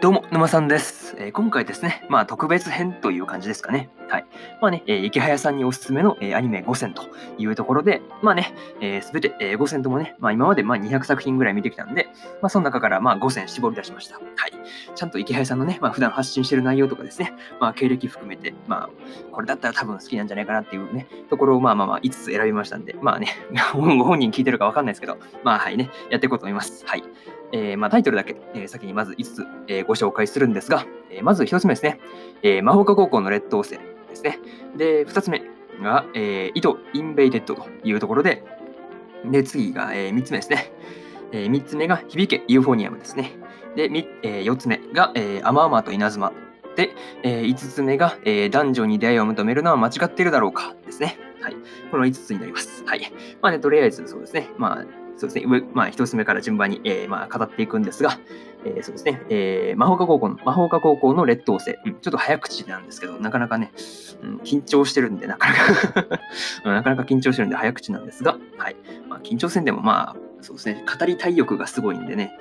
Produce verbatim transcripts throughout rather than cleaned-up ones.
どうも、沼さんです。えー今回ですね、まあ特別編という感じですかね。はい。まあね、えー池早さんにおすすめの、えーアニメごせんというところで、まあね、すべて、えーごせんともね、まあ今までまあにひゃくさく品ぐらい見てきたんで、まあその中からまあごせん絞り出しました。はい。ちゃんと池早さんのね、まあ普段発信してる内容とかですね、まあ経歴含めて、まあこれだったら多分好きなんじゃないかなっていうね、ところをまあまあまあいつつ選びましたんで、まあね、ご本人聞いてるかわかんないですけど、まあはいね、やっていこうと思います。はい。えーまあ、タイトルだけ、えー先にまずいつつ、えーご紹介するんですが、えーまずひとつめですね、えー魔法科高校の劣等生ですね。で、ふたつめが、えー、糸インベイデッドというところで、で、次が、えみっつめですね。えみっつめが響けユーフォニアムですね。で、みえーよっつめが、えー、アマアマと稲妻。で、えー、いつつめが、えー男女に出会いを求めるのは間違っているだろうかですね。はい。このいつつになります。はい。まあね、とりあえずそうですね。まあ、そうですね。上まあ、ひとつめから順番に、えーまあ、語っていくんですが、えーそうですね。えー魔法科高校の、魔法科高校の劣等生。うん、ちょっと早口なんですけど、なかなかね、うん、緊張してるんで、なかなかうんなかなか緊張してるんで早口なんですが、はい。まあ、緊張せんでもまあ、そうですね。語りたい欲がすごいんでね、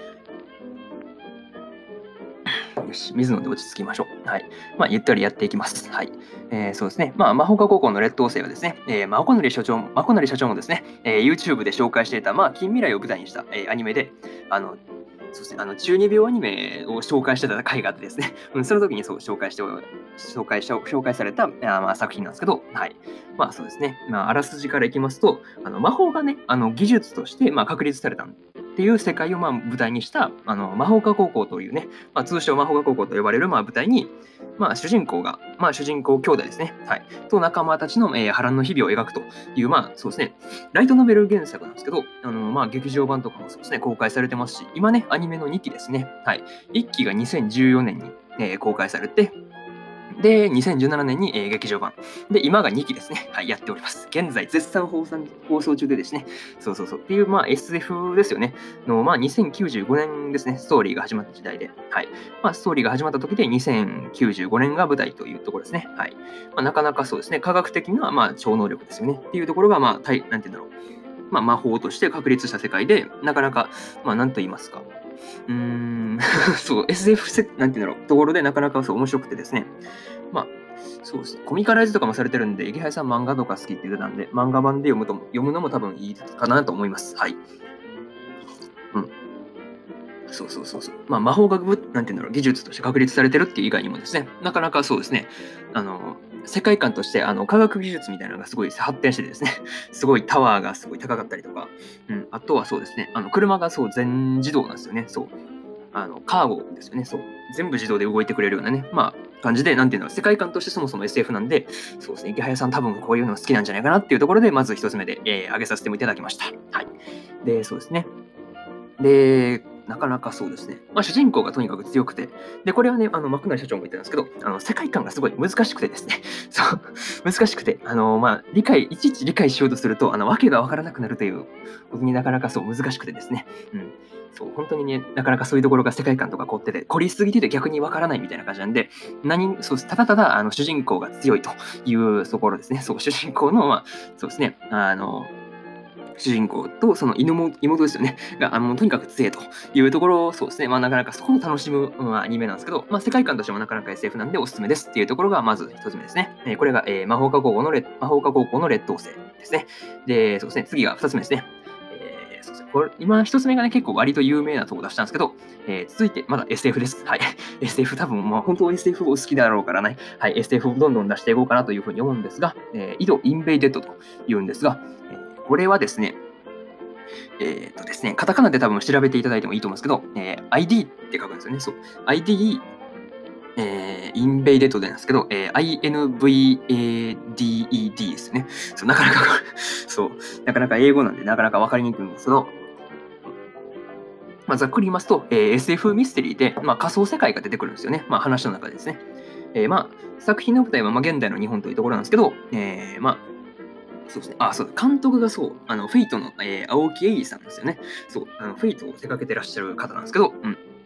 よし、水飲んで落ち着きましょう。はい。まあ、ゆったりやっていきます。はい。えー、そうですね。まあ、魔法科高校の劣等生はですね、えー、マコノリ社長、マコノリ社長もですね、えー YouTube で紹介していた、まあ、近未来を舞台にした、えーアニメで、あの、そうですね、あの中二病アニメを紹介してた回があってですね、うん、その時にそう紹介して紹介し紹介されたあまあ作品なんですけど、はい。まあそうですね、まあ、あらすじからいきますと、あの魔法がね、あの技術としてまあ確立されたっていう世界をまあ舞台にしたあの魔法科高校というね、まあ、通称魔法科高校と呼ばれるまあ舞台に、まあ、主人公が、まあ、主人公兄弟ですね、はい、と仲間たちの、えー波乱の日々を描くという、まあそうですね、ライトノベル原作なんですけど、あのまあ、劇場版とかもそうですね、公開されてますし、今ね、アニメのにきですね、はい、いっきがにせんじゅうよねんに、えー公開されて、で、にせんじゅうななねんに、えー劇場版。で、今がにきですね。はい、やっております。現在、絶賛放送放送中でですね。そうそうそう。っていう、まあ、エスエフ ですよね。の、まあ、にせんきゅうじゅうごねんですね。ストーリーが始まった時代で。はい。まあ、ストーリーが始まった時でにせんきゅうじゅうごねんが舞台というところですね。はい。まあ、なかなかそうですね。科学的な、まあ、超能力ですよね。っていうところが、まあ、たいなんて言うんだろう。まあ、魔法として確立した世界で、なかなか、まあ、なんと言いますか。うーん、そう、エスエフ せ、なんて言うんだろう。ところで、なかなかそう面白くてですね。まあ、そうですね。コミカライズとかもされてるんで、池原さん漫画とか好きって言ってたんで、漫画版で読むと読むのも多分いいかなと思います。はい。うん。そうそうそうそう。まあ、魔法学部、なんていうんだろう、技術として確立されてるっていう以外にもですね、なかなかそうですね、あの、世界観としてあの科学技術みたいなのがすごい発展してですね、すごいタワーがすごい高かったりとか、うん、あとはそうですね、あの車がそう全自動なんですよね、そう。あのカーゴですよね、そう。全部自動で動いてくれるようなね、まあ、感じで、なんていうの、世界観としてそもそも エスエフ なんで、そうですね、池早さん多分こういうの好きなんじゃないかなっていうところで、まず一つ目で、えー、挙げさせてもいただきました。はい。で、そうですね。で、なかなかそうですね。まあ、主人公がとにかく強くて、で、これはね、あの、幕成社長も言ってたんですけど、あの、世界観がすごい難しくてですね、そう、難しくて、あの、まあ、理解、いちいち理解しようとすると、あの、わけがわからなくなるということになかなかそう難しくてですね、うん、そう、本当にね、なかなかそういうところが世界観とか凝ってて、凝りすぎてて逆にわからないみたいな感じなんで、何、そうです、ただただ、あの、主人公が強いというところですね、そう、主人公の、まあ、そうですね、あの、主人公とその犬も妹ですよね。が、あのとにかく強いというところを、そうですね。まあ、なかなかそこを楽しむ、まあ、アニメなんですけど、まあ、世界観としてもなかなか エスエフ なんでおすすめですっていうところがまず一つ目ですね。えーこれが、えー魔法科高校のレ魔法科高校の劣等生ですね。で、そうですね。次が二つ目ですね。えーそうですねこれ今一つ目がね、結構割と有名なとこ出したんですけど、えー続いてまだ エスエフ です。はい。エスエフ 多分、まあ、本当 エスエフ を好きだろうからね、はい、エスエフ をどんどん出していこうかなというふうに思うんですが、えー、井戸インベイデッドというんですが、えーこれはですね、えっとですね、カタカナで多分調べていただいてもいいと思うんですけど、えー アイディー って書くんですよね。そう。アイディー、えー、インベイデッドでなんですけど、えー アイエヌブイエーディーイーディー ですね。そう、なかなかそう、なかなか英語なんでなかなかわかりにくいんですけど、まあ、ざっくり言いますと、えー エスエフ ミステリーで、まあ、仮想世界が出てくるんですよね。まあ、話の中でですね。えーまあ、作品の舞台はまあ現代の日本というところなんですけど、えーまあ、そうですね。あ、そう、監督がそう、あの、フェイトの、えー青木栄衣さんですよね。そう、あのフェイトを手掛けてらっしゃる方なんですけど、うん。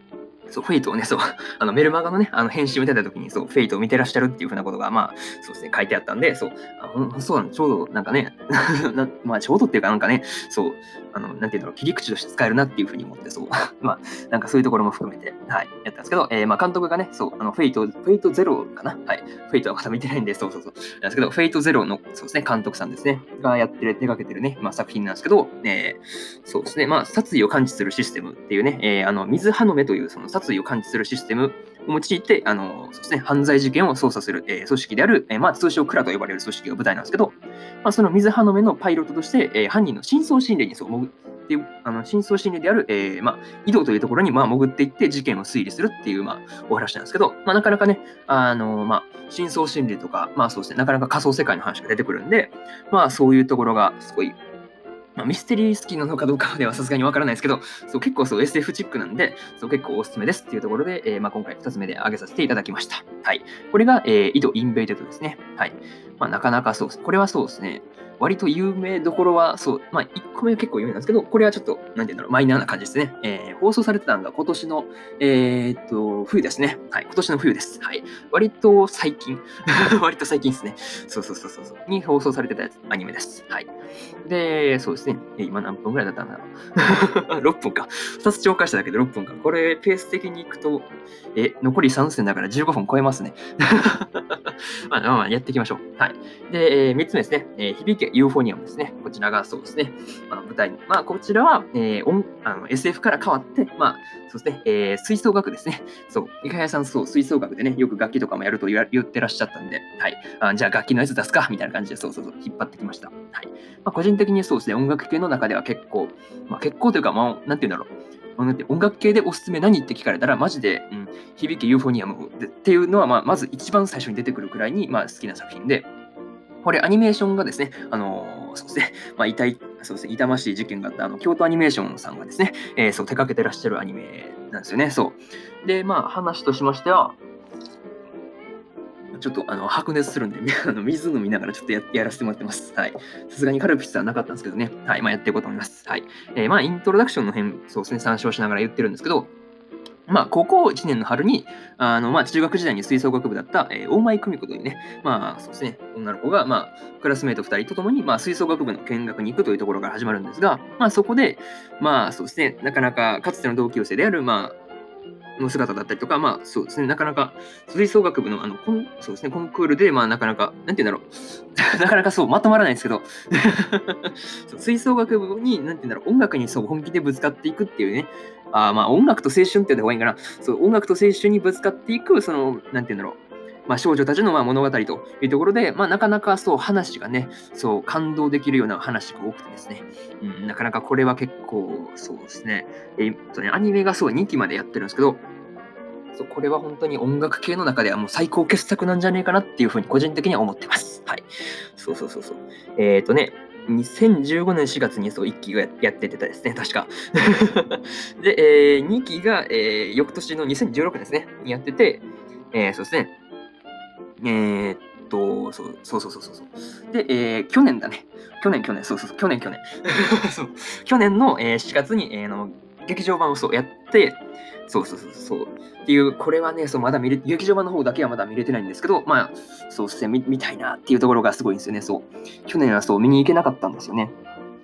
そう、フェイトをね、そう、あのメルマガのね、あの編集を見てた時に、そう、フェイトを見てらっしゃるっていうふうなことが、まあ、そうですね、書いてあったんで、そう、あほんそうなんちょうどなんかね、なまあ、ちょうどっていうかなんかね、そう、あの、なんていうんだろう、切り口として使えるなっていうふうに思って、そう、まあ、なんかそういうところも含めて、はい、やったんですけど、えー、まあ、監督がね、そう、あの、フェイト、フェイトゼロかなはい、フェイトはまだ見てないんで、そうそうそう、なんですけど、フェイトゼロの、そうですね、監督さんですね、がやってる、手掛けてるね、まあ、作品なんですけど、えー、そうですね、まあ、殺意を感知するシステムっていうね、えー、あの、水ハノメという、その殺意を感知するシステムを用いて、あの、そうですね、犯罪事件を捜査する、えー、組織である、えー、まあ、通称クラと呼ばれる組織が舞台なんですけど、まあ、その水ハノメのパイロットとして、えー、犯人の深層心理にそう潜っていう、あの深層心理である、えーまあ、井戸というところに、まあ、潜っていって事件を推理するっていう、まあ、お話なんですけど、まあ、なかなかね、あの、まあ、深層心理とか、まあそうですね、なかなか仮想世界の話が出てくるんで、まあそういうところがすごい、まあ、ミステリー好きなのかどうかではさすがにわからないですけど、そう結構そう エスエフ チックなんで、そう結構おすすめですっていうところで、えーまあ、今回ふたつめで挙げさせていただきました。はい。これが、えー、井戸インベイデッドですね。はい。まあ、なかなかそうです。これはそうですね。割と有名どころは、そう、まあ、いっこめは結構有名なんですけど、これはちょっと、なんていうんだろう、マイナーな感じですね。えー放送されてたのが今年の、えーっと、冬ですね。はい。今年の冬です。はい。割と最近、割と最近ですね。そうそうそうそうそう。に放送されてたやつ、アニメです。はい。で、そうですね。え今何分ぐらいだったんだろう。ろっぷんか。ふたつ紹介しただけでろっぷんか。これ、ペース的にいくと、え、残りさん戦だからじゅうごふん超えますね。まあ、まあまあ、やっていきましょう。はい。で、えー、みっつめですね。えー響けユーフォニアムですね。こちらがそうですね。まあ、舞台に。まあ、こちらは、えー、音あの エスエフ から変わって、まあ、そうですね。えー、吹奏楽ですね。そう。いかやさん、そう、吹奏楽でね、よく楽器とかもやると言わ言ってらっしゃったんで、はい。あじゃあ、楽器のやつ出すかみたいな感じで、そうそうそう、引っ張ってきました。はい。まあ、個人的にそうですね。音楽系の中では結構、まあ、結構というか、まあ、なんて言うんだろう。なんて音楽系でおすすめ何って聞かれたら、マジで、うん、響けユーフォニアムっていうのは、まあ、まず一番最初に出てくるくらいに、まあ、好きな作品で、これアニメーションがですね、あのーそうですね、まあ、痛い、そうですね、痛ましい事件があった、あの、京都アニメーションさんがですね、えーそう、手掛けてらっしゃるアニメなんですよね、そう。で、まあ、話としましては、ちょっとあの白熱するんで、あの水飲みながらちょっとややらせてもらってます。はい。さすがにカルピスはなかったんですけどね。はい。まあ、やっていこうと思います。はい。えーまあ、イントロダクションの辺、そうですね、参照しながら言ってるんですけど、まあ、高校いちねんの春に、あの、まあ、中学時代に吹奏楽部だった、えー大前久美子というね、まあ、そうですね、女の子が、まあ、クラスメートふたりと共に、まあ、吹奏楽部の見学に行くというところから始まるんですが、まあ、そこで、まあ、そうですね、なかなかかつての同級生である、まあ、の姿だったりとか、まあそうですね、なかなか吹奏楽部のあのコンそうですね、コンクールで、まあなかなか、なんて言うんだろう、なかなかそうまとまらないんですけど、そう吹奏楽部に、なんて言うんだろう、音楽にそう本気でぶつかっていくっていうね、あまあ音楽と青春って言った方がいいかな、そう音楽と青春にぶつかっていく、その、なんて言うんだろう、まあ、少女たちのまあ物語というところで、まあ、なかなかそう話がね、そう感動できるような話が多くてですね、うん、なかなかこれは結構そうですね、えーっとね、アニメがそうにきまでやってるんですけど、そうこれは本当に音楽系の中ではもう最高傑作なんじゃねえかなっていうふうに個人的には思ってます。はい。そうそうそうそう。えっ、とね、にせんじゅうごねんしがつにそういっきがやっててたですね、確か。で、えー、にきが、えー翌年のにせんじゅうろくねんですね、にやってて、えーそうですね、えーっと、そうそうそうそうそうそう。で、えー去年だね。去年、去年、そうそうそう、去年、去年。そう去年の、えーしがつに、えーの劇場版をそうやって、そうそうそうそう。っていう、これはね、そうまだ見れ、劇場版の方だけはまだ見れてないんですけど、まあ、そうですね、見見たいなっていうところがすごいんですよね。そう。去年はそう見に行けなかったんですよね。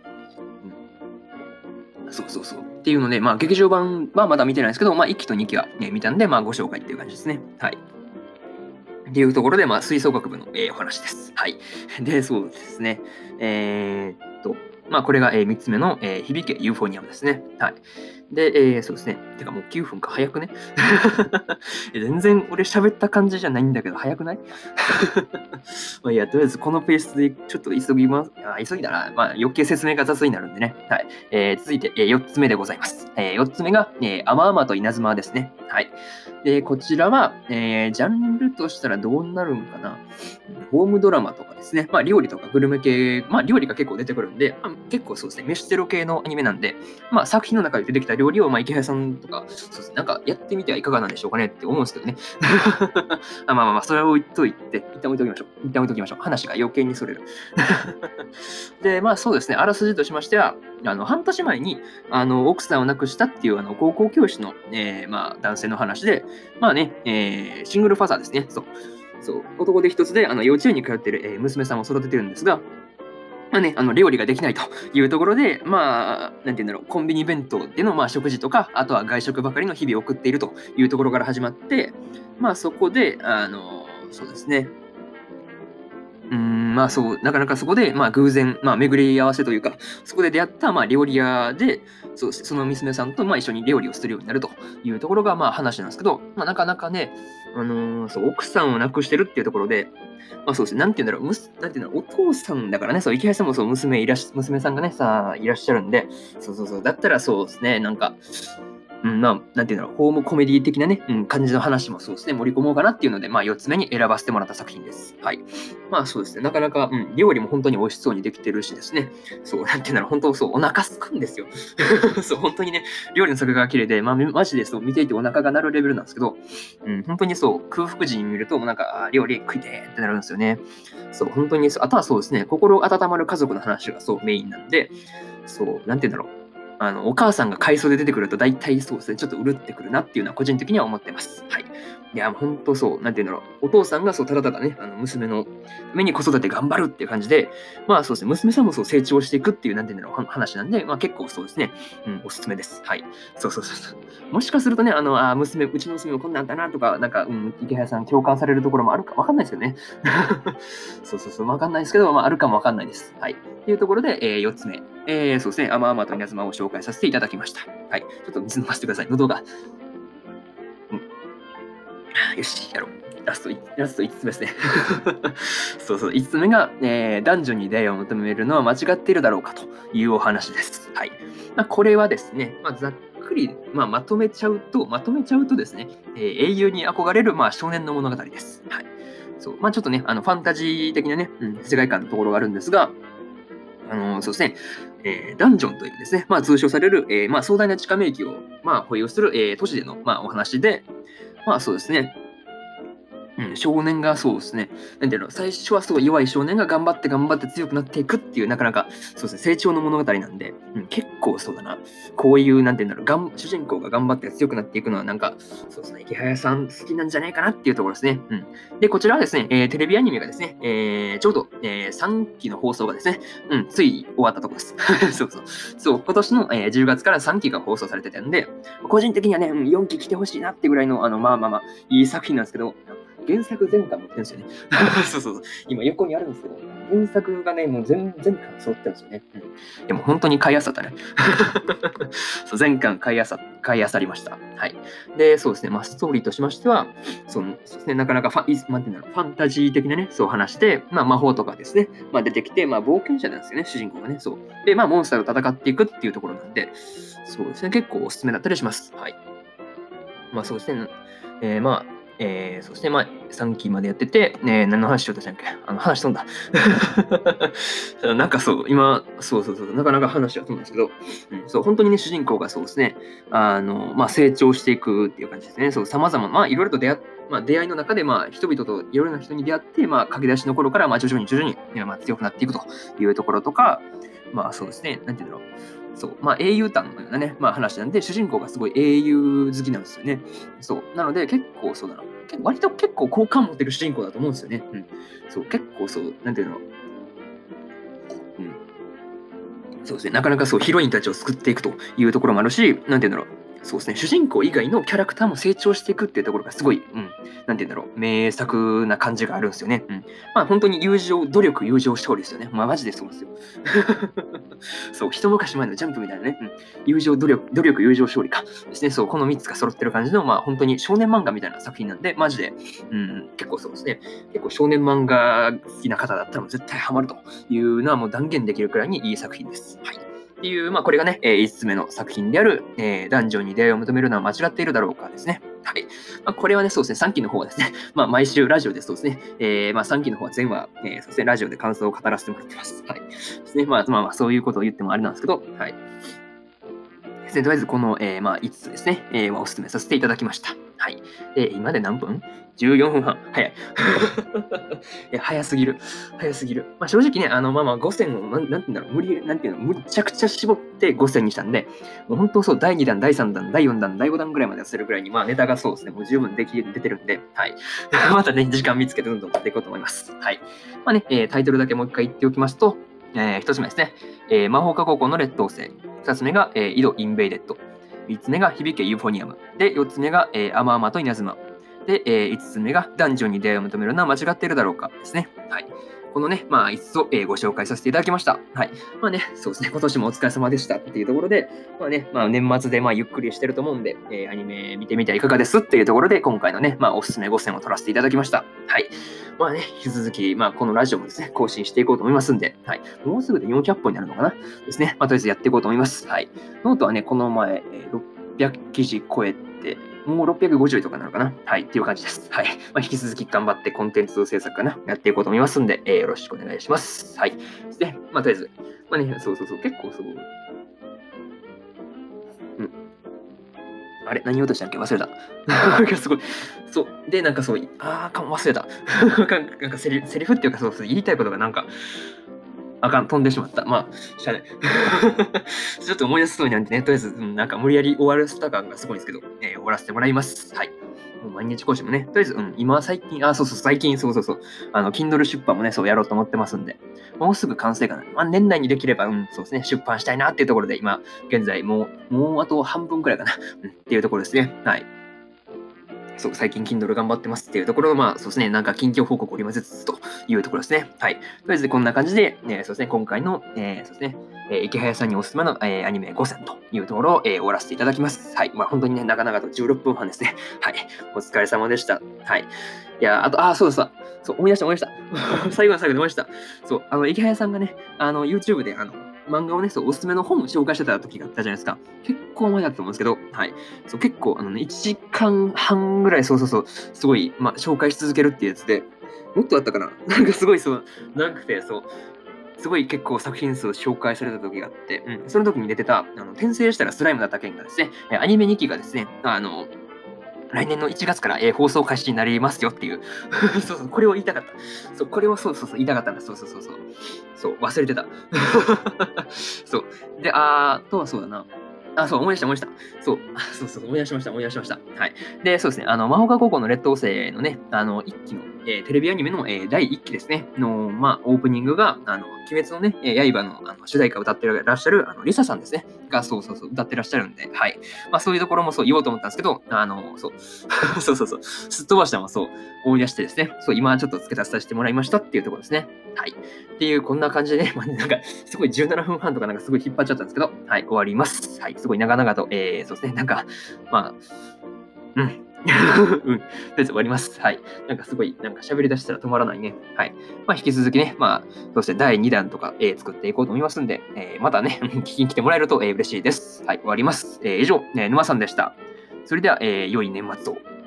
うんそうそうそう。っていうので、まあ、劇場版はまだ見てないんですけど、まあ、いっきとにきは、ね、見たんで、まあ、ご紹介っていう感じですね。はい。っていうところで、まあ、吹奏楽部の、えーお話です。はい。で、そうですね。えーっと、まあ、これが、えーみっつめの、えー響けユーフォニアムですね。はい。で、えーそうですね。てかもうきゅうふんか、早くね。全然俺喋った感じじゃないんだけど、早くないまあいや、とりあえずこのペースでちょっと急ぎます。あ急ぎだな。まあ余計説明が雑になるんでね。はい。えー続いて、えーよっつめでございます。えーよっつめが、えー、あまあまと稲妻ですね。はい。で、こちらは、えージャンルとしたらどうなるんかな。ホームドラマとかですね。まあ料理とかグルメ系、まあ料理が結構出てくるんで、まあ、結構そうですね、飯テロ系のアニメなんで、まあ作品の中で出てきた料理を、まあ池谷さんとか、そうですね、なんかやってみてはいかがなんでしょうかねって思うんですけどね。あまあまあまあ、それを置いといて、一旦置いときましょう。一旦置いときましょう。話が余計にそれる。で、まあそうですね、あらすじとしましては、あの半年前にあの奥さんを亡くしたっていうあの高校教師の、えーまあ、男性の話で、まあね、えーシングルファザーですね。そう。そう。男手一つで、あの、幼稚園に通ってる、えー娘さんを育ててるんですが、まあね、あの料理ができないというところで、まあ、なんていうんだろう、コンビニ弁当でのまあ食事とか、あとは外食ばかりの日々を送っているというところから始まって、まあそこで、あの、そうですね、うーん、まあそう、なかなかそこで、まあ偶然、まあ巡り合わせというか、そこで出会ったまあ料理屋で、そうですね、その娘さんとまあ一緒に料理をするようになるというところがまあ話なんですけど、まあなかなかね、あのーそう、奥さんを亡くしてるっていうところで、まあそうですね、なんて言うんだろう、むすなんて言うんだろう、お父さんだからね、そう、池谷さんもそう、娘いらし、娘さんがね、さあ、いらっしゃるんで、そうそうそう、だったらそうですね、なんか、うん、まあ、なんていうんだろう、ホームコメディ的なね、うん、感じの話もそうですね、盛り込もうかなっていうので、まあ、よっつめに選ばせてもらった作品です。はい。まあ、そうですね、なかなか、うん、料理も本当に美味しそうにできてるしですね、そう、なんていうんだろう、本当そう、お腹すくんですよ。そう、本当にね、料理の作画が綺麗で、まあ、マジでそう、見ていてお腹が鳴るレベルなんですけど、うん、本当にそう、空腹時に見ると、もうなんか、あー料理食いてーってなるんですよね。そう、本当にそう、あとはそうですね、心温まる家族の話がそうメインなんで、そう、なんて言うんだろう。あの、お母さんが回想で出てくると大体そうですね、ちょっとうるってくるなっていうのは個人的には思ってます。はい。いや、本当そう、なんて言うんだろう。お父さんがそう、ただただね、あの、娘のために子育て頑張るっていう感じで、まあそうですね、娘さんもそう成長していくっていう、なんて言うんだろう、話なんで、まあ結構そうですね、うん、おすすめです。はい。そうそうそうそう。もしかするとね、あの、あー娘、うちの娘もこんなんだなとか、なんか、うん、池谷さん共感されるところもあるかわかんないですけどね。そうそうそう、わかんないですけど、まああるかもわかんないです。はい。っていうところで、えー、よっつめ。えー、そうですね、甘々と稲妻を紹介させていただきました。はい。ちょっと水飲ませてください。喉が。うん、よし、やろう。ラスト、ラストいつつめですね。そうそう、いつつめが、えー、男女に出会いを求めるのは間違っているだろうかというお話です。はい。まあ、これはですね、まあ、ざっくり、まあ、まとめちゃうと、まとめちゃうとですね、えー英雄に憧れる、まあ、少年の物語です。はい。そう、まあ、ちょっとね、あの、ファンタジー的なね、うん、世界観のところがあるんですが、あのそうですね、えーダンジョンというですね、まあ、通称される、えーまあ、壮大な地下迷宮を、まあ、保有する、えー都市での、まあ、お話で、まあそうですね、うん、少年がそうですね、なんていうの、最初はすごい弱い少年が頑張って頑張って強くなっていくっていう、なかなか、そうですね、成長の物語なんで、うん、結構そうだな、こういう、なんていうんだろう、がん主人公が頑張って強くなっていくのは、なんか、そうですね、池早さん好きなんじゃないかなっていうところですね。うん。で、こちらはですね、えーテレビアニメがですね、えーちょうど、えーさんきの放送がですね、うん、つい終わったところです。そうそう。そう、今年の、えーじゅうがつからさんきが放送されてたんで、個人的にはね、うん、よんき来てほしいなってぐらいの、あの、まあまあまあ、いい作品なんですけど、原作全巻持ってるんですよね。そうそうそう。今横にあるんですけど、原作がね、もう全全巻揃ってるんですよね。うん、でも本当に買い漁ったね。そう全巻買い漁買い漁りました。はい。で、そうですね、まあ、ストーリーとしましては、そのそうですね、なかなかファン、なんていうんだろう、ファンタジー的なね、そう話して、まあ、魔法とかですね、まあ、出てきて、まあ、冒険者なんですよね、主人公がね。そう。で、まあ、モンスターと戦っていくっていうところなんで、そうですね、結構おすすめだったりします。はい。まあ、そうですね、えーまあ、えーそうですね、まあ、さんきまでやってて、ね、何の話しようとしたんだっけあの、話飛んだ。なんかそう、今、そうそうそう、なかなか話は飛んだんですけど、うん、そう、本当にね、主人公がそうですね、あの、まあ、成長していくっていう感じですね。そう、様々、まあ、いろいろと出会っまあ、出会いの中で、まあ、人々といろいろな人に出会って、まあ、駆け出しの頃から、まあ、徐々に徐々に、ねまあ、強くなっていくというところとか、まあ、そうですね、なんていうんだろう。そう、まあ、英雄譚のようなね、まあ、話なんで、主人公がすごい英雄好きなんですよね。そう。なので、結構そうだな。結割と結構好感持ってる主人公だと思うんですよね。うん。そう、結構そう、なんていうの、うん。そうですね、なかなかそう、ヒロインたちを救っていくというところもあるし、なんていうんだろう。そうですね、主人公以外のキャラクターも成長していくっていうところがすごい、うん、なんていうんだろう、名作な感じがあるんですよね。うん。まあ本当に友情、努力、友情勝利ですよね。まあマジでそうですよ。そう、一昔前のジャンプみたいなね、うん、友情、努力、努力、友情、勝利か。ですね、そう、このみっつが揃ってる感じの、まあ本当に少年漫画みたいな作品なんで、マジで、うん、結構そうですね、結構少年漫画好きな方だったら絶対ハマるというのはもう断言できるくらいにいい作品です。はい。っていう、まあ、これがね、えー、いつつめの作品である、えー、男女に出会いを求めるのは間違っているだろうかですね。はい。まあ、これはね、そうですね、さんきの方はですね、まあ、毎週ラジオでそうですね、えー、まあ、さんきの方は全話、えー、そうですね、ラジオで感想を語らせてもらってます。はい。ですね、まあ、まあ、まあ、そういうことを言ってもあれなんですけど、はい。ですね、とりあえずこの、えー、まあ、いつつですね、えー、お勧めさせていただきました。 はい。で、今で何分 ?じゅうよん 分半。早い。いや、早すぎる。早すぎる。まあ、正直ね、あの、まあまあ、ごせんを、なん、なんていうんだろう、無理、なんていうの、むっちゃくちゃ絞ってごせんにしたんで、もう本当そう、だいにだん、だいさんだん、だいよんだん、だいごだんぐらいまでやせるぐらいに、まあ、ネタがそうですね、もう十分でき、出てるんで、はい。またね、時間見つけてどんどんやっていこうと思います。はい。まあね、えータイトルだけもう一回言っておきますと、えー、一つ目ですね、えー魔法科高校の劣等生。二つ目が、えー井戸インベイデッド。三つ目が響けユーフォニアム。で、四つ目が、えー、アマアマと稲妻。で、えー、五つ目がダンジョンに出会いを求めるのは間違っているだろうかですね。はい。このね、まあ、五つを、えーご紹介させていただきました。はい。まあね、そうですね、今年もお疲れ様でしたっていうところで、まあね、まあ年末でまあゆっくりしてると思うんで、えーアニメ見てみてはいかがですっていうところで、今回のね、まあおすすめごせんを取らせていただきました。はい。まあね、引き続き、まあこのラジオもですね、更新していこうと思いますんで、はい。もうすぐでよんひゃくぽんになるのかなですね。まあとりあえずやっていこうと思います。はい。ノートはね、この前、えーろっぴゃく記事超えて、もうろっぴゃくごじゅうとかなのかなはい、っていう感じです。はい。まあ、引き続き頑張ってコンテンツ制作かなやっていこうと思いますんで、えーよろしくお願いします。はい。で、まあ、とりあえず、まあね、そうそうそう、結構そう。うん。あれ何言おうとしたっけ忘れた。なんかすごい。そう。で、なんかそう、あーかも忘れた。なんかセリセリフっていうか、そうそう、言いたいことがなんか、あかん、飛んでしまった。まあ、しゃあない。ちょっと思い出すそうになんてね、とりあえず、うん、なんか無理やり終わらせた感がすごいんですけど、えー終わらせてもらいます。はい。もう毎日更新もね、とりあえず、うん、今最近、あ、そうそう、最近、そうそうそう、あの、Kindle 出版もね、そうやろうと思ってますんで、もうすぐ完成かな。まあ、年内にできれば、うん、そうですね、出版したいなっていうところで、今、現在、もう、もうあと半分くらいかな、うん、っていうところですね。はい。そう、最近 Kindle 頑張ってますっていうところの、まあ、そうですね、なんか近況報告を織り交ぜつつというところですね。はい。とりあえずこんな感じで、えーそうですね、今回の、えーそうですね、えー池早さんにおすすめの、えーアニメごせんというところを、えー終わらせていただきます。はい。まあ、本当にね、長々とじゅうろっぷんはんですね。はい。お疲れ様でした。はい。いや、あと、あ、そうだそうだ。そう、思い出した、思い出した。最後の最後で思い出した。そう、あの、池早さんがね、あの、YouTube で、あの、漫画をね、そう、おすすめの本を紹介してた時があったじゃないですか。結構前だったと思うんですけど、はい。そう、結構、あのね、いちじかんはんぐらい、そうそうそう、すごい、まあ、紹介し続けるっていうやつで、もっとあったかななんかすごい、そう、長くて、そう、すごい結構作品数を紹介された時があって、うん、その時に出てた、あの、転生したらスライムだった件がですね、えアニメにきがですね、あの、来年のいちがつから、えー放送開始になりますよっていうそうそう、これを言いたかった。そう、これをそうそうそう言いたかったんだ。そうそうそうそう。そう、忘れてた。そう。で、あーあとはそうだな。あ、そう、思い出した、思い出した。そう、あそうそう、思い出しました、思い出しました。はい。で、そうですね、あの、魔法科高校の劣等生のね、あの、一期の、えーテレビアニメの、えーだいいっきですね、の、まあ、オープニングが、あの、鬼滅のね、えー刃のあの主題歌を歌ってらっしゃる、あの、リサさんですね、が、そうそうそう、歌ってらっしゃるんで、はい。まあ、そういうところもそう言おうと思ったんですけど、あの、そう、そうそうそう、すっ飛ばしたのをそう思い出してですね、そう、今ちょっと付け足させてもらいましたっていうところですね。はい。っていう、こんな感じでね、まあ、なんか、すごいじゅうななふんはんとかなんかすごい引っ張っちゃったんですけど、はい、終わります。はい、すごい長々と、えー、そうですね、なんか、まあ、うん。うん。とりあえず終わります。はい。なんかすごい、なんか喋り出したら止まらないね。はい。まあ、引き続きね、まあ、そしてだいにだんとか、えー作っていこうと思いますんで、えーまたね、聞きに来てもらえると、えー嬉しいです。はい、終わります。えー以上、えー沼さんでした。それでは、えー良い年末を。